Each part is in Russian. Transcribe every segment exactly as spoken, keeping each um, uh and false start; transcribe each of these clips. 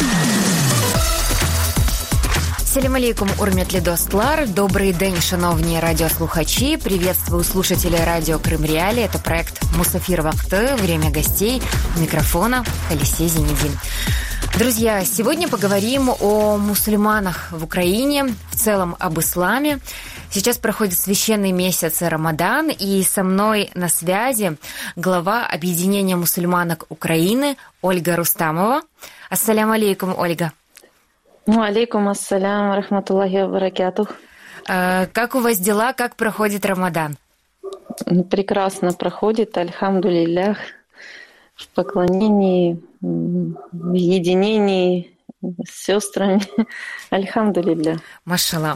Салям алейкум, урметлі достлар. Добрий день, шановні радиослухачи. Приветствую слушателей радио Крым Реалии. Это проект Мусафир Вакты. Время гостей. У микрофона Халисе Зенедин. Друзья, сегодня поговорим о мусульманах в Украине, в целом об исламе. Сейчас проходит священный месяц Рамадан, и со мной на связи глава Объединения мусульманок Украины Ольга Рустамова. Ассалям алейкум, Ольга. Ну, алейкум ассалям, рахматуллахи ва баракатух. Как у вас дела, как проходит Рамадан? Прекрасно проходит, альхамдулиллях, в поклонении, в единении с сестрами. Альхамдулиллях. Машалла.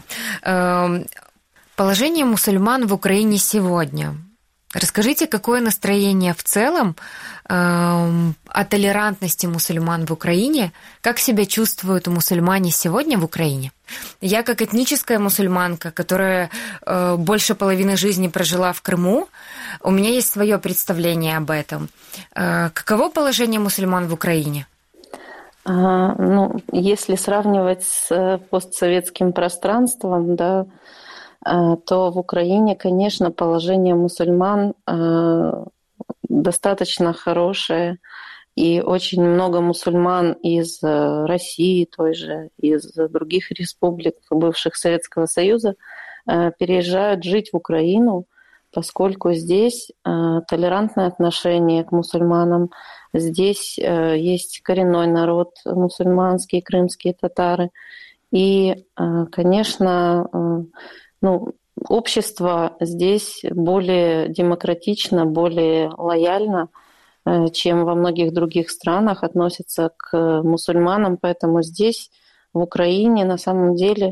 Положение мусульман в Украине сегодня. Расскажите, какое настроение в целом э, о толерантности мусульман в Украине? Как себя чувствуют мусульмане сегодня в Украине? Я, как этническая мусульманка, которая э, больше половины жизни прожила в Крыму, у меня есть свое представление об этом. Э, каково положение мусульман в Украине? А, ну, если сравнивать с постсоветским пространством, да, то в Украине, конечно, положение мусульман достаточно хорошее, и очень много мусульман из России, той же, из других республик бывших Советского Союза переезжают жить в Украину, поскольку здесь толерантное отношение к мусульманам, здесь есть коренной народ мусульманский, крымские татары, и, конечно, Ну, общество здесь более демократично, более лояльно, чем во многих других странах относится к мусульманам. Поэтому здесь, в Украине, на самом деле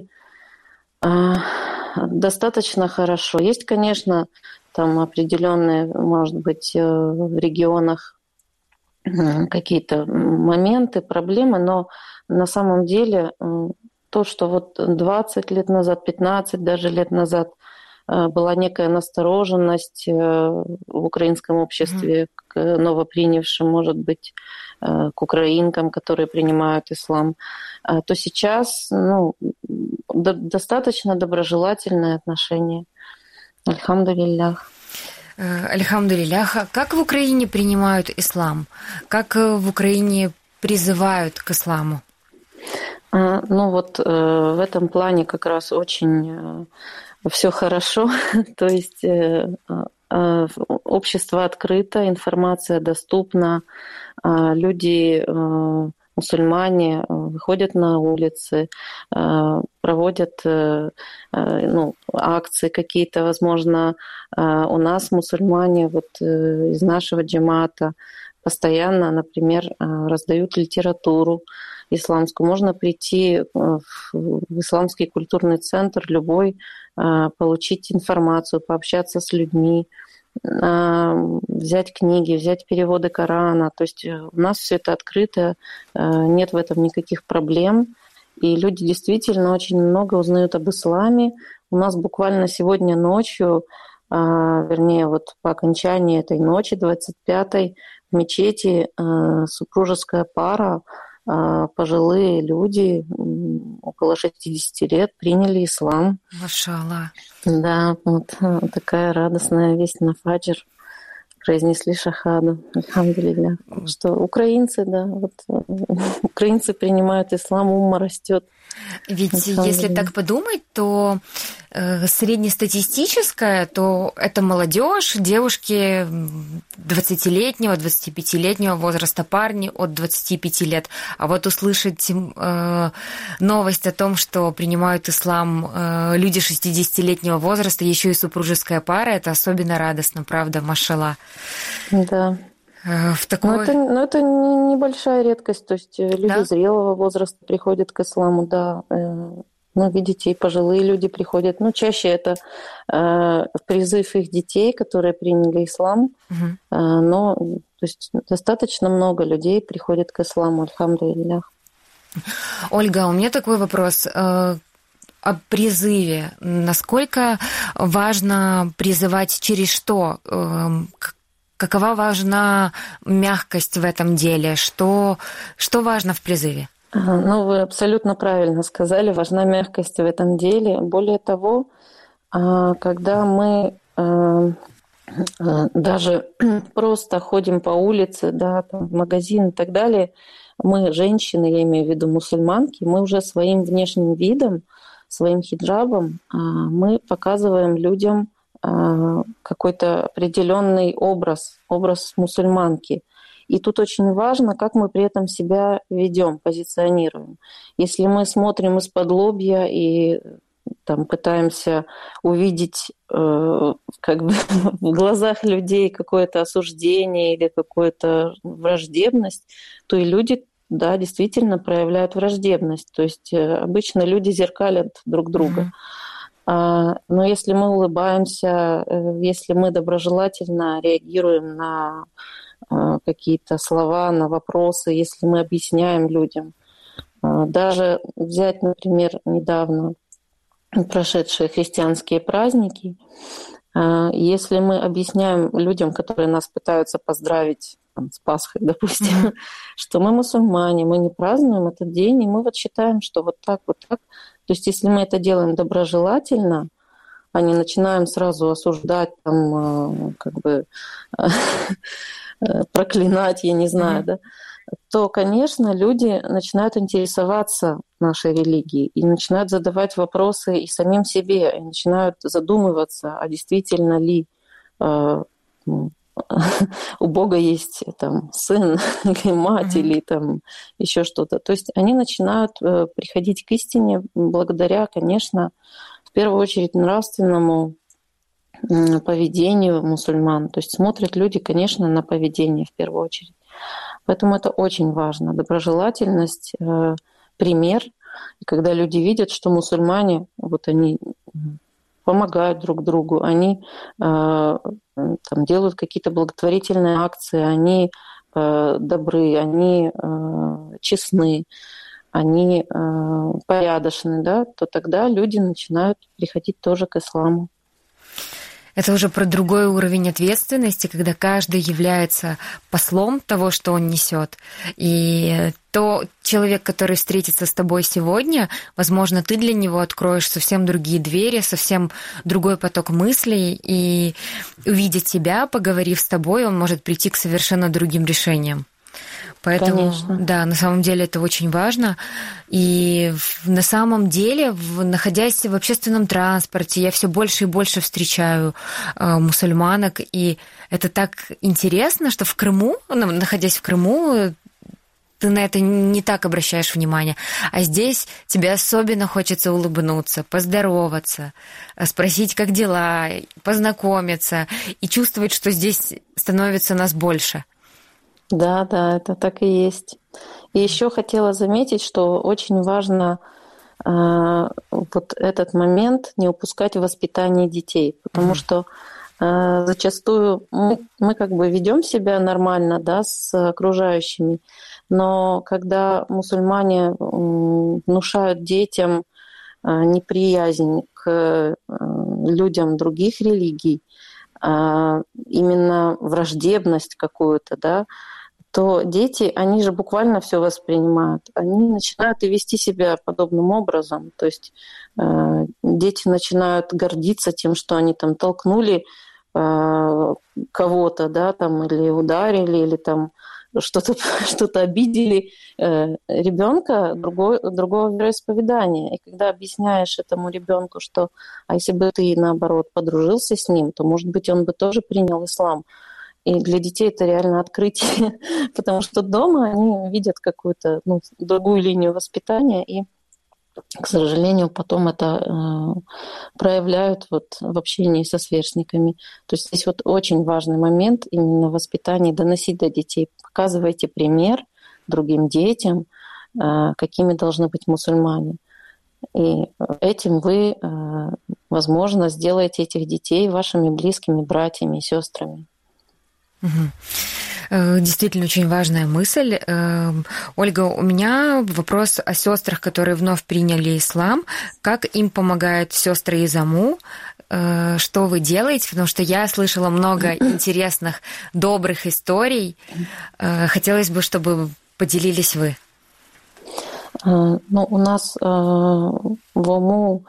достаточно хорошо. Есть, конечно, там определенные, может быть, в регионах какие-то моменты, проблемы, но на самом деле то, что вот двадцать лет назад, пятнадцать даже лет назад была некая настороженность в украинском обществе к новопринявшим, может быть, к украинкам, которые принимают ислам, то сейчас ну, достаточно доброжелательное отношение. Альхамдулиллях. Альхамдулиллях. Как в Украине принимают ислам? Как в Украине призывают к исламу? Ну вот в этом плане как раз очень все хорошо. То есть общество открыто, информация доступна, люди, мусульмане, выходят на улицы, проводят ну, акции какие-то, возможно, у нас мусульмане вот из нашего джамата постоянно, например, раздают литературу исламскую. Можно прийти в исламский культурный центр любой, получить информацию, пообщаться с людьми, взять книги, взять переводы Корана. То есть у нас все это открыто, нет в этом никаких проблем. И люди действительно очень много узнают об исламе. У нас буквально сегодня ночью, вернее, вот по окончании этой ночи, двадцать пятой, в мечети супружеская пара, пожилые люди, около шестидесяти лет, приняли ислам. Машалла. Да, вот такая радостная весть на фаджр. Произнесли шахаду. Альхамдулиллях. Что украинцы, да, вот украинцы принимают ислам, умма растет. Ведь если так подумать, то э, среднестатистическое, то это молодежь, девушки двадцатилетнего, двадцатипятилетнего возраста, парни от двадцати пяти лет. А вот услышать э, новость о том, что принимают ислам э, люди шестидесятилетнего возраста, еще и супружеская пара, это особенно радостно, правда, машалла. Да. В такой... Но это, но это небольшая редкость, то есть люди да? зрелого возраста приходят к исламу, да. Ну, видите, и пожилые люди приходят. Ну, чаще это э, призыв их детей, которые приняли ислам. Угу. Э, но то есть, достаточно много людей приходят к исламу, альхамдулиллях. Ольга, у меня такой вопрос. О призыве. Насколько важно призывать через что? Какова важна мягкость в этом деле? Что, что важно в призыве? Ну, вы абсолютно правильно сказали, важна мягкость в этом деле. Более того, когда мы даже просто ходим по улице, да, там, в магазин и так далее, мы, женщины, я имею в виду мусульманки, мы уже своим внешним видом, своим хиджабом, мы показываем людям какой-то определенный образ, образ мусульманки. И тут очень важно, как мы при этом себя ведем, позиционируем. Если мы смотрим из-под лобья и там, пытаемся увидеть э, как бы в глазах людей какое-то осуждение или какую-то враждебность, то и люди, да, действительно проявляют враждебность. То есть э, обычно люди зеркалят друг друга. Mm-hmm. А, но если мы улыбаемся, э, если мы доброжелательно реагируем на э, какие-то слова, на вопросы, если мы объясняем людям, э, даже взять, например, недавно прошедшие христианские праздники, если мы объясняем людям, которые нас пытаются поздравить там, с Пасхой, допустим, mm-hmm. что мы мусульмане, мы не празднуем этот день, и мы вот считаем, что вот так, вот так. То есть если мы это делаем доброжелательно, а не начинаем сразу осуждать, там, как бы проклинать, я не знаю, mm-hmm. да, то, конечно, люди начинают интересоваться нашей религией и начинают задавать вопросы и самим себе, и начинают задумываться, а действительно ли э, у Бога есть там, сын или мать, mm-hmm. или там еще что-то. То есть они начинают э, приходить к истине благодаря, конечно, в первую очередь нравственному э, поведению мусульман. То есть смотрят люди, конечно, на поведение в первую очередь. Поэтому это очень важно. Доброжелательность, э, пример. И когда люди видят, что мусульмане, вот они помогают друг другу, они э, там, делают какие-то благотворительные акции, они э, добры, они э, честны, они э, порядочны, да, то тогда люди начинают приходить тоже к исламу. Это уже про другой уровень ответственности, когда каждый является послом того, что он несет. И то человек, который встретится с тобой сегодня, возможно, ты для него откроешь совсем другие двери, совсем другой поток мыслей, и увидя тебя, поговорив с тобой, он может прийти к совершенно другим решениям. Поэтому, конечно. Да, на самом деле это очень важно. И на самом деле, находясь в общественном транспорте, я все больше и больше встречаю э, мусульманок. И это так интересно, что в Крыму, ну, находясь в Крыму, ты на это не так обращаешь внимание. А здесь тебе особенно хочется улыбнуться, поздороваться, спросить, как дела, познакомиться и чувствовать, что здесь становится нас больше. Да, да, это так и есть. И еще хотела заметить, что очень важно э, вот этот момент не упускать в воспитании детей, потому mm-hmm. что э, зачастую мы, мы как бы ведем себя нормально, да, с окружающими, но когда мусульмане э, внушают детям э, неприязнь к э, людям других религий, э, именно враждебность какую-то, да, то дети, они же буквально все воспринимают. Они начинают и вести себя подобным образом. То есть э, дети начинают гордиться тем, что они там толкнули э, кого-то, да, там, или ударили, или там что-то, что-то обидели э, ребенка другого, другого вероисповедания. И когда объясняешь этому ребенку, что а если бы ты, наоборот, подружился с ним, то, может быть, он бы тоже принял ислам. И для детей это реально открытие, потому что дома они видят какую-то ну, другую линию воспитания, и, к сожалению, потом это э, проявляют вот в общении со сверстниками. То есть здесь вот очень важный момент именно воспитания, доносить до детей. Показывайте пример другим детям, э, какими должны быть мусульмане. И этим вы, э, возможно, сделаете этих детей вашими близкими братьями и сестрами. Действительно, очень важная мысль. Ольга, у меня вопрос о сестрах, которые вновь приняли ислам. Как им помогают сестры из АМУ? Что вы делаете? Потому что я слышала много интересных, добрых историй. Хотелось бы, чтобы поделились вы. Ну, у нас в ОМУ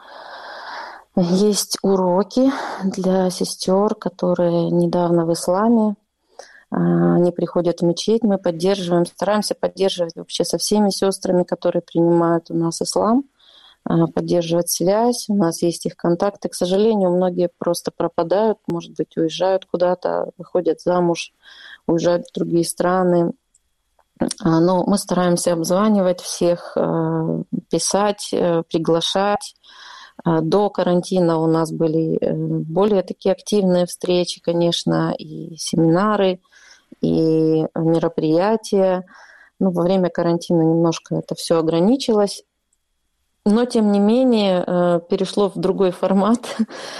есть уроки для сестер, которые недавно в исламе. Они приходят в мечеть, мы поддерживаем, стараемся поддерживать вообще со всеми сестрами, которые принимают у нас ислам, поддерживать связь. У нас есть их контакты. К сожалению, многие просто пропадают, может быть, уезжают куда-то, выходят замуж, уезжают в другие страны. Но мы стараемся обзванивать всех, писать, приглашать. До карантина у нас были более такие активные встречи, конечно, и семинары, и мероприятия. Ну, во время карантина немножко это все ограничилось. Но, тем не менее, перешло в другой формат,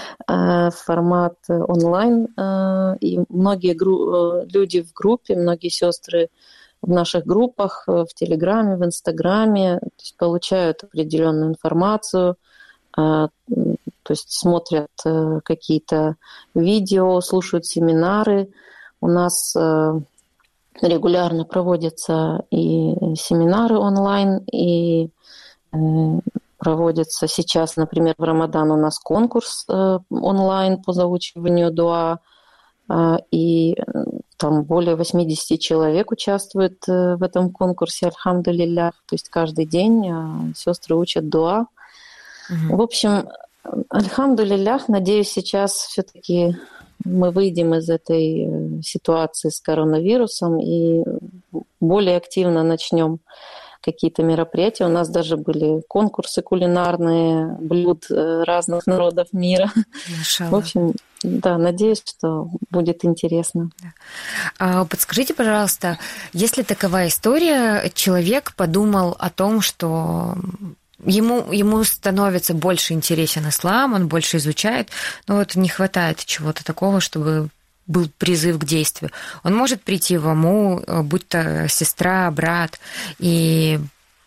формат онлайн. И многие люди в группе, многие сестры в наших группах, в Телеграме, в Инстаграме, то есть получают определенную информацию, то есть смотрят какие-то видео, слушают семинары. У нас регулярно проводятся и семинары онлайн, и проводится сейчас, например, в Рамадан у нас конкурс онлайн по заучиванию дуа, и там более восемьдесят человек участвует в этом конкурсе, альхамдулиллях. То есть каждый день сестры учат дуа. Угу. В общем, альхамдулиллях, надеюсь, сейчас все-таки мы выйдем из этой ситуации с коронавирусом и более активно начнем какие-то мероприятия. У нас даже были конкурсы кулинарные, блюд разных народов мира. Машалла. В общем, да, надеюсь, что будет интересно. Да. Подскажите, пожалуйста, если такова история, человек подумал о том, что ему, ему становится больше интересен ислам, он больше изучает, но вот не хватает чего-то такого, чтобы был призыв к действию. Он может прийти в ОМУ, будь то сестра, брат, и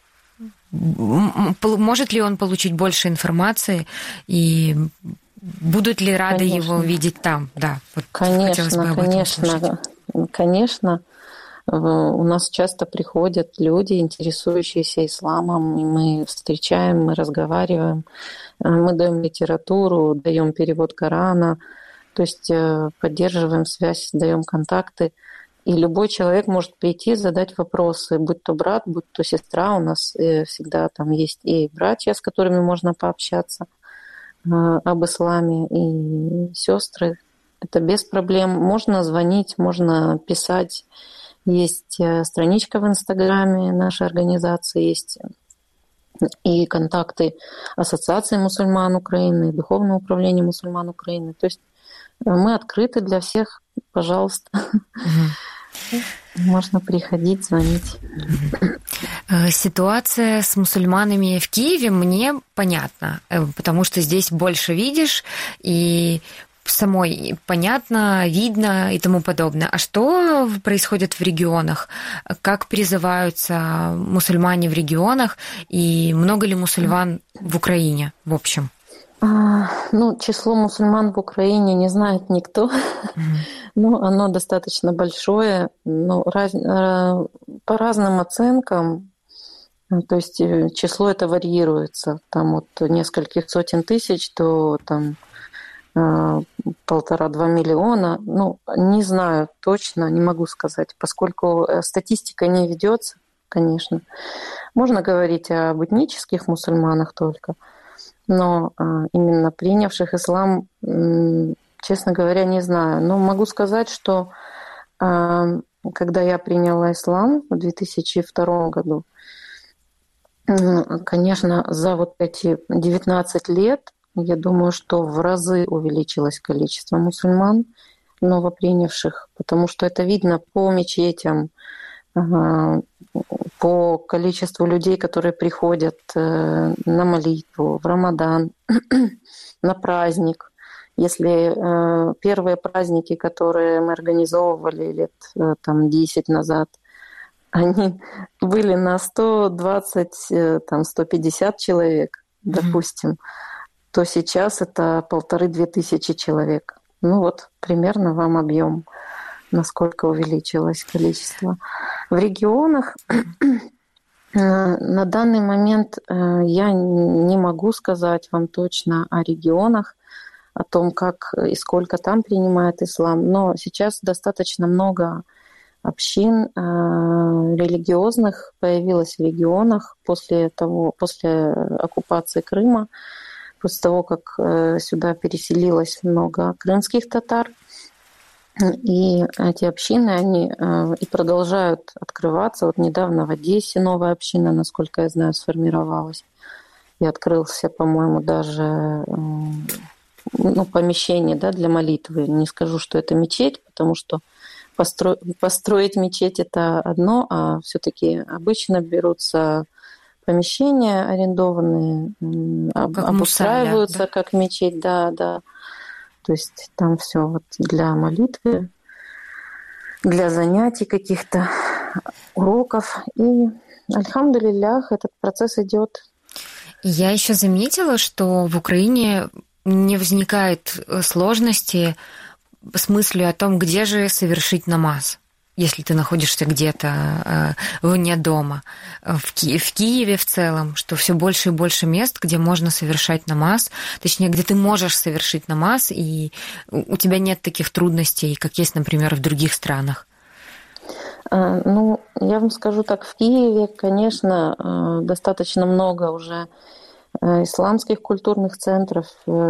может ли он получить больше информации, и будут ли рады конечно. Его видеть там? Да, вот конечно, конечно, конечно. У нас часто приходят люди, интересующиеся исламом, и мы встречаем, мы разговариваем, мы даем литературу, даем перевод Корана, то есть поддерживаем связь, даем контакты. И любой человек может прийти, задать вопросы, будь то брат, будь то сестра. У нас всегда там есть и братья, с которыми можно пообщаться об исламе, и сестры. Это без проблем. Можно звонить, можно писать. Есть страничка в Инстаграме нашей организации, есть и контакты Ассоциации мусульман Украины, Духовного управления мусульман Украины. То есть мы открыты для всех, пожалуйста. Угу. Можно приходить, звонить. Ситуация с мусульманами в Киеве мне понятна, потому что здесь больше видишь, и самой понятно, видно и тому подобное. А что происходит в регионах? Как призываются мусульмане в регионах? И много ли мусульман в Украине, в общем? Ну, число мусульман в Украине не знает никто, mm-hmm. но оно достаточно большое. Но раз, по разным оценкам, то есть число это варьируется. Там от нескольких сотен тысяч до там, полтора-два миллиона. Ну, не знаю точно, не могу сказать, поскольку статистика не ведется, конечно. Можно говорить об этнических мусульманах только. Но а, именно принявших ислам, честно говоря, не знаю. Но могу сказать, что а, когда я приняла ислам в две тысячи втором году, конечно, за вот эти девятнадцать лет, я думаю, что в разы увеличилось количество мусульман новопринявших, потому что это видно по мечетям, по количеству людей, которые приходят на молитву, в Рамадан, на праздник. Если первые праздники, которые мы организовывали лет там, десять назад, они были на сто двадцать, там, сто пятьдесят человек, допустим, mm-hmm. то сейчас это полторы-две тысячи человек. Ну вот примерно вам объем, насколько увеличилось количество. В регионах На данный момент я не могу сказать вам точно о регионах, о том, как и сколько там принимает ислам, но сейчас достаточно много общин э, религиозных появилось в регионах после того, после оккупации Крыма, после того, как э, сюда переселилось много крымских татар. И эти общины, они э, и продолжают открываться. Вот недавно в Одессе новая община, насколько я знаю, сформировалась. И открылся, по-моему, даже э, ну, помещение, да, для молитвы. Не скажу, что это мечеть, потому что постро... построить мечеть – это одно, а все-таки обычно берутся помещения арендованные, об... обустраиваются, да? Как мечеть, да, да. То есть там все вот для молитвы, для занятий каких-то, уроков. И, альхамдулиллях, этот процесс идет. Я еще заметила, что в Украине не возникает сложности с мыслью о том, где же совершить намаз, если ты находишься где-то вне дома. В, Ки- в Киеве в целом, что все больше и больше мест, где можно совершать намаз, точнее, где ты можешь совершить намаз, и у тебя нет таких трудностей, как есть, например, в других странах. Ну, я вам скажу так, в Киеве, конечно, достаточно много уже исламских культурных центров,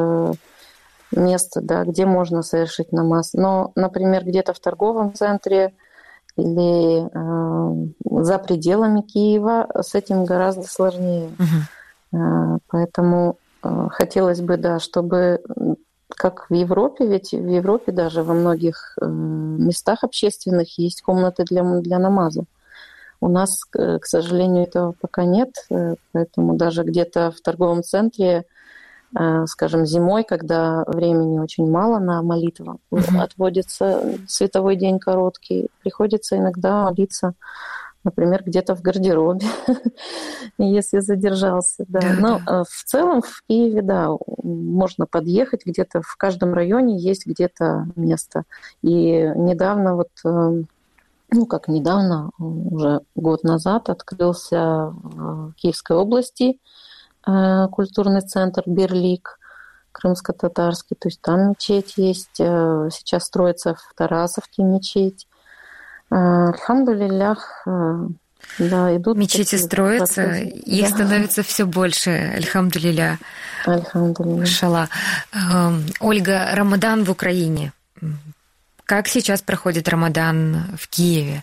мест, да, где можно совершить намаз. Но, например, где-то в торговом центре или э, за пределами Киева с этим гораздо сложнее. Uh-huh. Э, поэтому э, хотелось бы, да, чтобы, как в Европе, ведь в Европе даже во многих э, местах общественных есть комнаты для, для намаза. У нас, к сожалению, этого пока нет, поэтому даже где-то в торговом центре, скажем, зимой, когда времени очень мало на молитву, mm-hmm. отводится световой день короткий, приходится иногда молиться, например, где-то в гардеробе, если задержался. Да. Да, но да. В целом в Киеве, да, можно подъехать, где-то в каждом районе есть где-то место. И недавно вот... Ну, как недавно, уже год назад, открылся в Киевской области культурный центр «Берлик», крымско-татарский. То есть там мечеть есть. Сейчас строится в Тарасовке мечеть. Альхамдулиллях, да, идут... Мечети строятся, процессы. Их да. становится все больше, альхамдулиллях. Альхамдулиллях. Шалла. Ольга, Рамадан в Украине. Как сейчас проходит Рамадан в Киеве?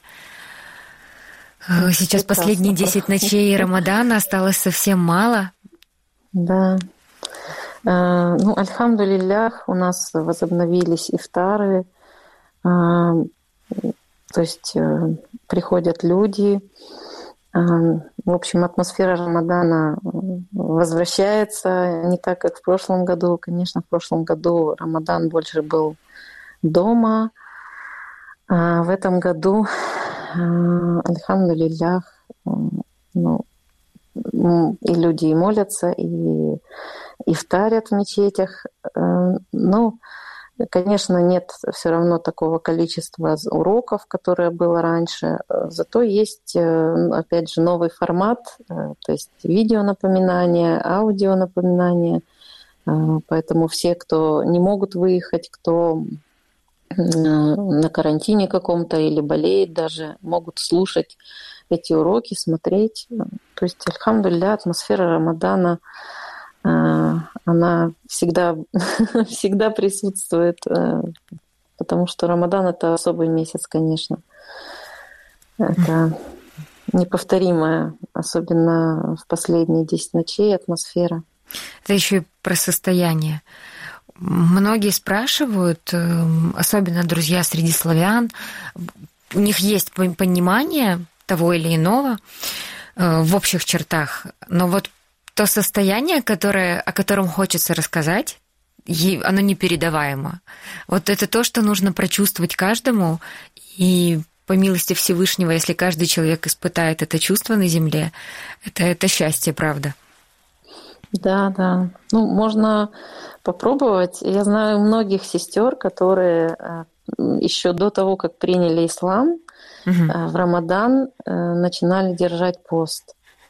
Сейчас прекрасно последние десять ночей Рамадана, осталось совсем мало. Да. Ну, альхамдулиллях, у нас возобновились ифтары. То есть приходят люди. В общем, атмосфера Рамадана возвращается не так, как в прошлом году. Конечно, в прошлом году Рамадан больше был дома. А в этом году, альхамдулиллях, ну, и люди и молятся, и ифтарят в мечетях. Ну, конечно, нет все равно такого количества уроков, которое было раньше. Зато есть, опять же, новый формат, то есть видеонапоминания, аудионапоминания. Поэтому все, кто не могут выехать, кто на карантине каком-то или болеет даже, могут слушать эти уроки, смотреть. То есть, альхамдулилля, атмосфера Рамадана, она всегда, всегда присутствует, потому что Рамадан — это особый месяц, конечно. Это неповторимая, особенно в последние десять ночей, атмосфера. Это еще и про состояние. Многие спрашивают, особенно друзья среди славян, у них есть понимание того или иного в общих чертах, но вот то состояние, которое, о котором хочется рассказать, оно непередаваемо. Вот это то, что нужно прочувствовать каждому, и по милости Всевышнего, если каждый человек испытает это чувство на земле, это, это счастье, правда. Да, да. Ну, можно попробовать. Я знаю многих сестер, которые еще до того, как приняли ислам, угу. в Рамадан начинали держать пост.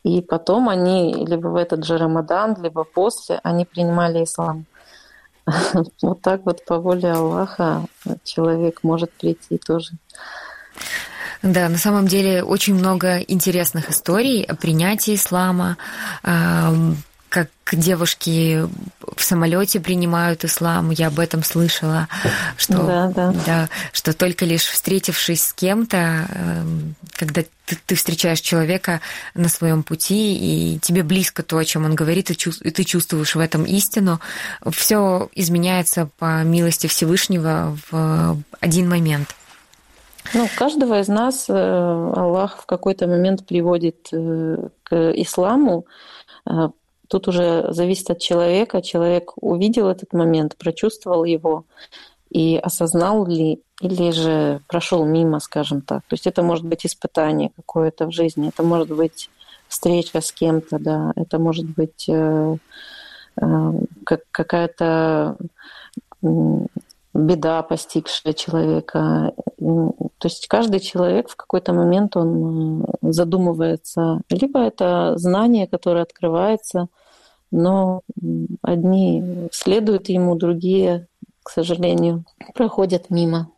И потом они либо в этот же Рамадан, либо после, они принимали ислам. Вот так вот по воле Аллаха человек может прийти тоже. Да, на самом деле очень много интересных историй о принятии ислама, как девушки в самолете принимают ислам. Я об этом слышала, что, да, да. Да, что только лишь встретившись с кем-то, когда ты, ты встречаешь человека на своем пути, и тебе близко то, о чем он говорит, и ты чувствуешь в этом истину, все изменяется по милости Всевышнего в один момент. Ну, каждого из нас Аллах в какой-то момент приводит к исламу. Тут уже зависит от человека. Человек увидел этот момент, прочувствовал его и осознал ли, или же прошел мимо, скажем так. То есть это может быть испытание какое-то в жизни, это может быть встреча с кем-то, да, это может быть э, э, как, какая-то беда, постигшая человека. То есть каждый человек в какой-то момент он задумывается. Либо это знание, которое открывается, но одни следуют ему, другие, к сожалению, проходят мимо.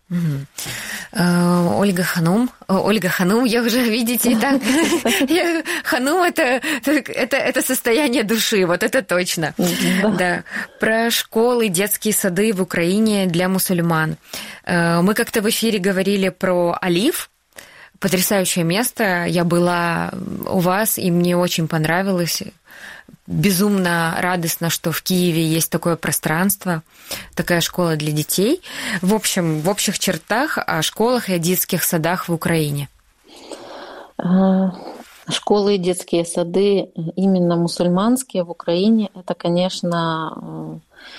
Угу. Ольга Ханум. Ольга Ханум, я уже, видите, так. Ханум это, это, это состояние души, вот это точно. Да. Да. Про школы, детские сады в Украине для мусульман. Мы как-то в эфире говорили про Алиф. Потрясающее место. Я была у вас, и мне очень понравилось. Безумно радостно, что в Киеве есть такое пространство, такая школа для детей. В общем, в общих чертах о школах и о детских садах в Украине. Школы и детские сады именно мусульманские в Украине, это, конечно,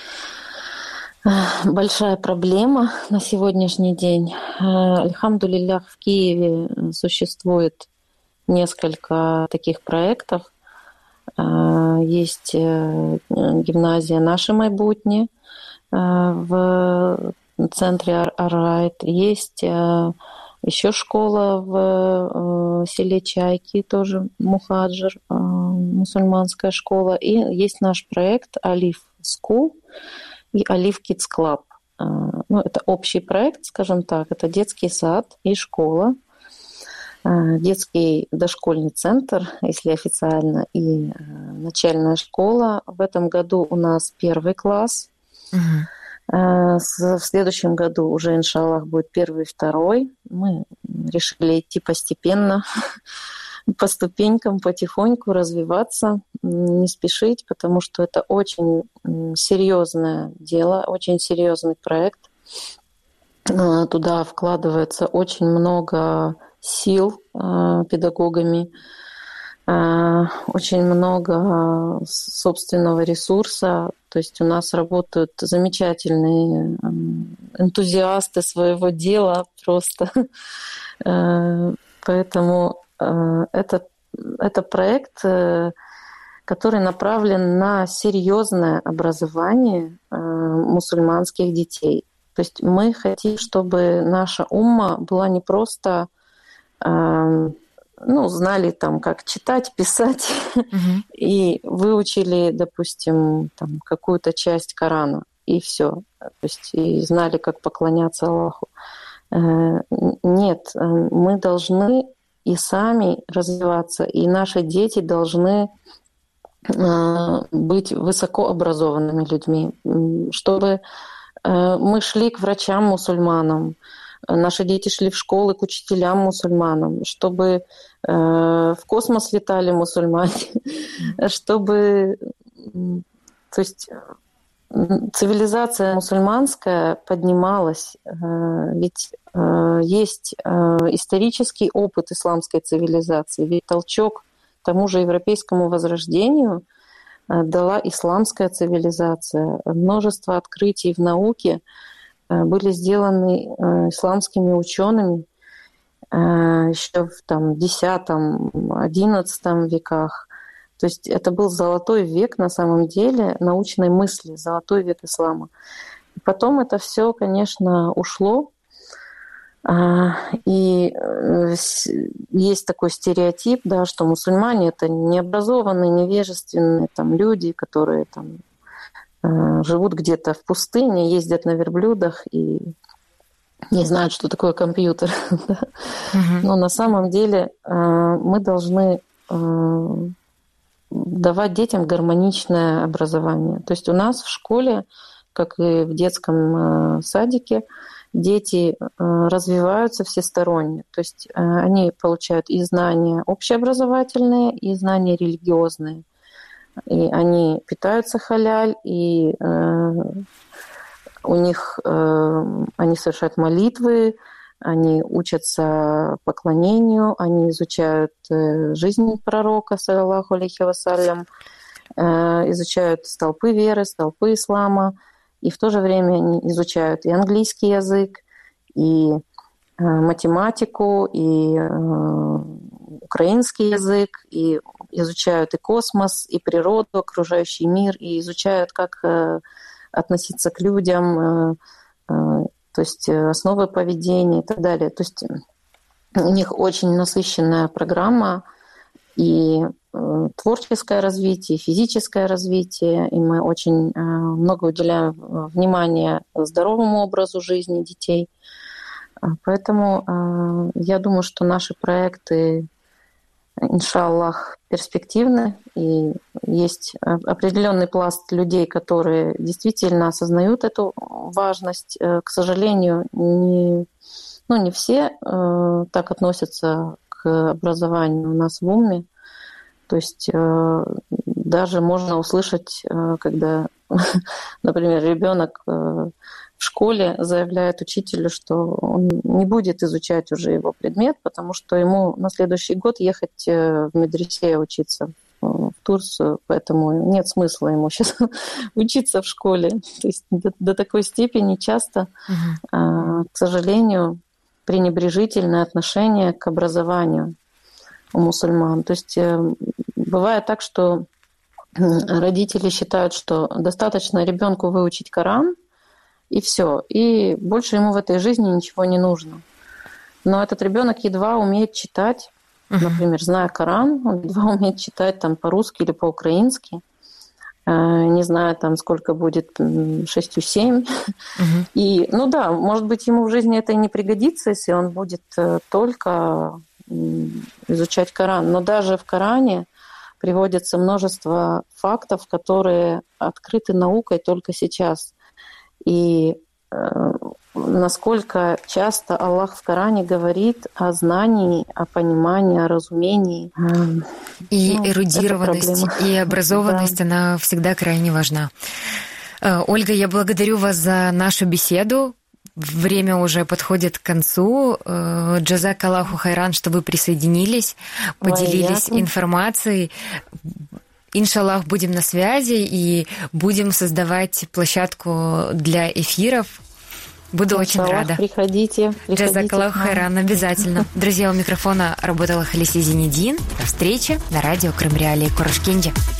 большая проблема на сегодняшний день. Альхамдулиллях, в Киеве существует несколько таких проектов. Есть гимназия «Наши майбутни» в центре Ар-Райт. Есть еще школа в селе Чайки, тоже Мухаджир, мусульманская школа. И есть наш проект «Алиф School» и «Алиф Kids Club». Ну, это общий проект, скажем так. Это детский сад и школа. Детский дошкольный центр, если официально, и начальная школа. В этом году у нас первый класс. Uh-huh. В следующем году уже, иншаллах, будет первый и второй. Мы решили идти постепенно, по ступенькам, потихоньку развиваться, не спешить, потому что это очень серьезное дело, очень серьезный проект. Туда вкладывается очень много сил э, педагогами, э, очень много собственного ресурса. То есть у нас работают замечательные э, энтузиасты своего дела просто. э, поэтому э, это, это проект, э, который направлен на серьезное образование э, мусульманских детей. То есть мы хотим, чтобы наша умма была не просто ну, знали там, как читать, писать, uh-huh. и выучили, допустим, там, какую-то часть Корана, и все. То есть и знали, как поклоняться Аллаху. Нет, мы должны и сами развиваться, и наши дети должны быть высокообразованными людьми, чтобы мы шли к врачам-мусульманам, наши дети шли в школы к учителям-мусульманам, чтобы э, в космос летали мусульмане, чтобы... То есть цивилизация мусульманская поднималась, э, ведь э, есть э, исторический опыт исламской цивилизации, ведь толчок тому же европейскому возрождению э, дала исламская цивилизация. Множество открытий в науке были сделаны исламскими учеными еще в там, десятом-одиннадцатом веках. То есть это был золотой век на самом деле научной мысли, золотой век ислама. И потом это все, конечно, ушло. И есть такой стереотип, да, что мусульмане — это необразованные, невежественные там, люди, которые там, живут где-то в пустыне, ездят на верблюдах и не знают, что такое компьютер. Mm-hmm. Но на самом деле мы должны давать детям гармоничное образование. То есть у нас в школе, как и в детском садике, дети развиваются всесторонне. То есть они получают и знания общеобразовательные, и знания религиозные. И они питаются халяль, и э, у них э, они совершают молитвы, они учатся поклонению, они изучают э, жизнь пророка, саллаллаху алейхи вассалям, э, изучают столпы веры, столпы ислама, и в то же время они изучают и английский язык, и э, математику, и э, украинский язык, и изучают и космос, и природу, окружающий мир, и изучают, как э, относиться к людям, э, э, то есть основы поведения и так далее. То есть у них очень насыщенная программа, и э, творческое развитие, и физическое развитие, и мы очень э, много уделяем внимания здоровому образу жизни детей. Поэтому э, я думаю, что наши проекты, иншаллах, перспективны, и есть определенный пласт людей, которые действительно осознают эту важность. К сожалению, не, ну, не все э, так относятся к образованию у нас в Умме. То есть э, даже можно услышать, э, когда, например, ребенок э, в школе заявляет учителю, что он не будет изучать уже его предмет, потому что ему на следующий год ехать в медресе учиться в Турцию, поэтому нет смысла ему сейчас учиться в школе. То есть до, до такой степени часто, uh-huh. к сожалению, пренебрежительное отношение к образованию у мусульман. То есть бывает так, что родители считают, что достаточно ребенку выучить Коран, и все. И больше ему в этой жизни ничего не нужно. Но этот ребенок едва умеет читать, uh-huh. например, зная Коран, он едва умеет читать там по-русски или по-украински, не знаю, там сколько будет, шесть-семь. Uh-huh. И, ну да, может быть, ему в жизни это и не пригодится, если он будет только изучать Коран. Но даже в Коране приводится множество фактов, которые открыты наукой только сейчас. И э, насколько часто Аллах в Коране говорит о знании, о понимании, о разумении. И ну, эрудированность, и образованность, да. Она всегда крайне важна. Ольга, я благодарю вас за нашу беседу. Время уже подходит к концу. Джазак Аллаху хайран, что вы присоединились, поделились Ой, информацией. Иншаллах, будем на связи и будем создавать площадку для эфиров. Буду Иншаллах, очень рада. Приходите. приходите Джазак Аллаху хайран, обязательно. Друзья, у микрофона работала Халиси Зинедин. До встречи на радио Крым Реалии Курашкенди.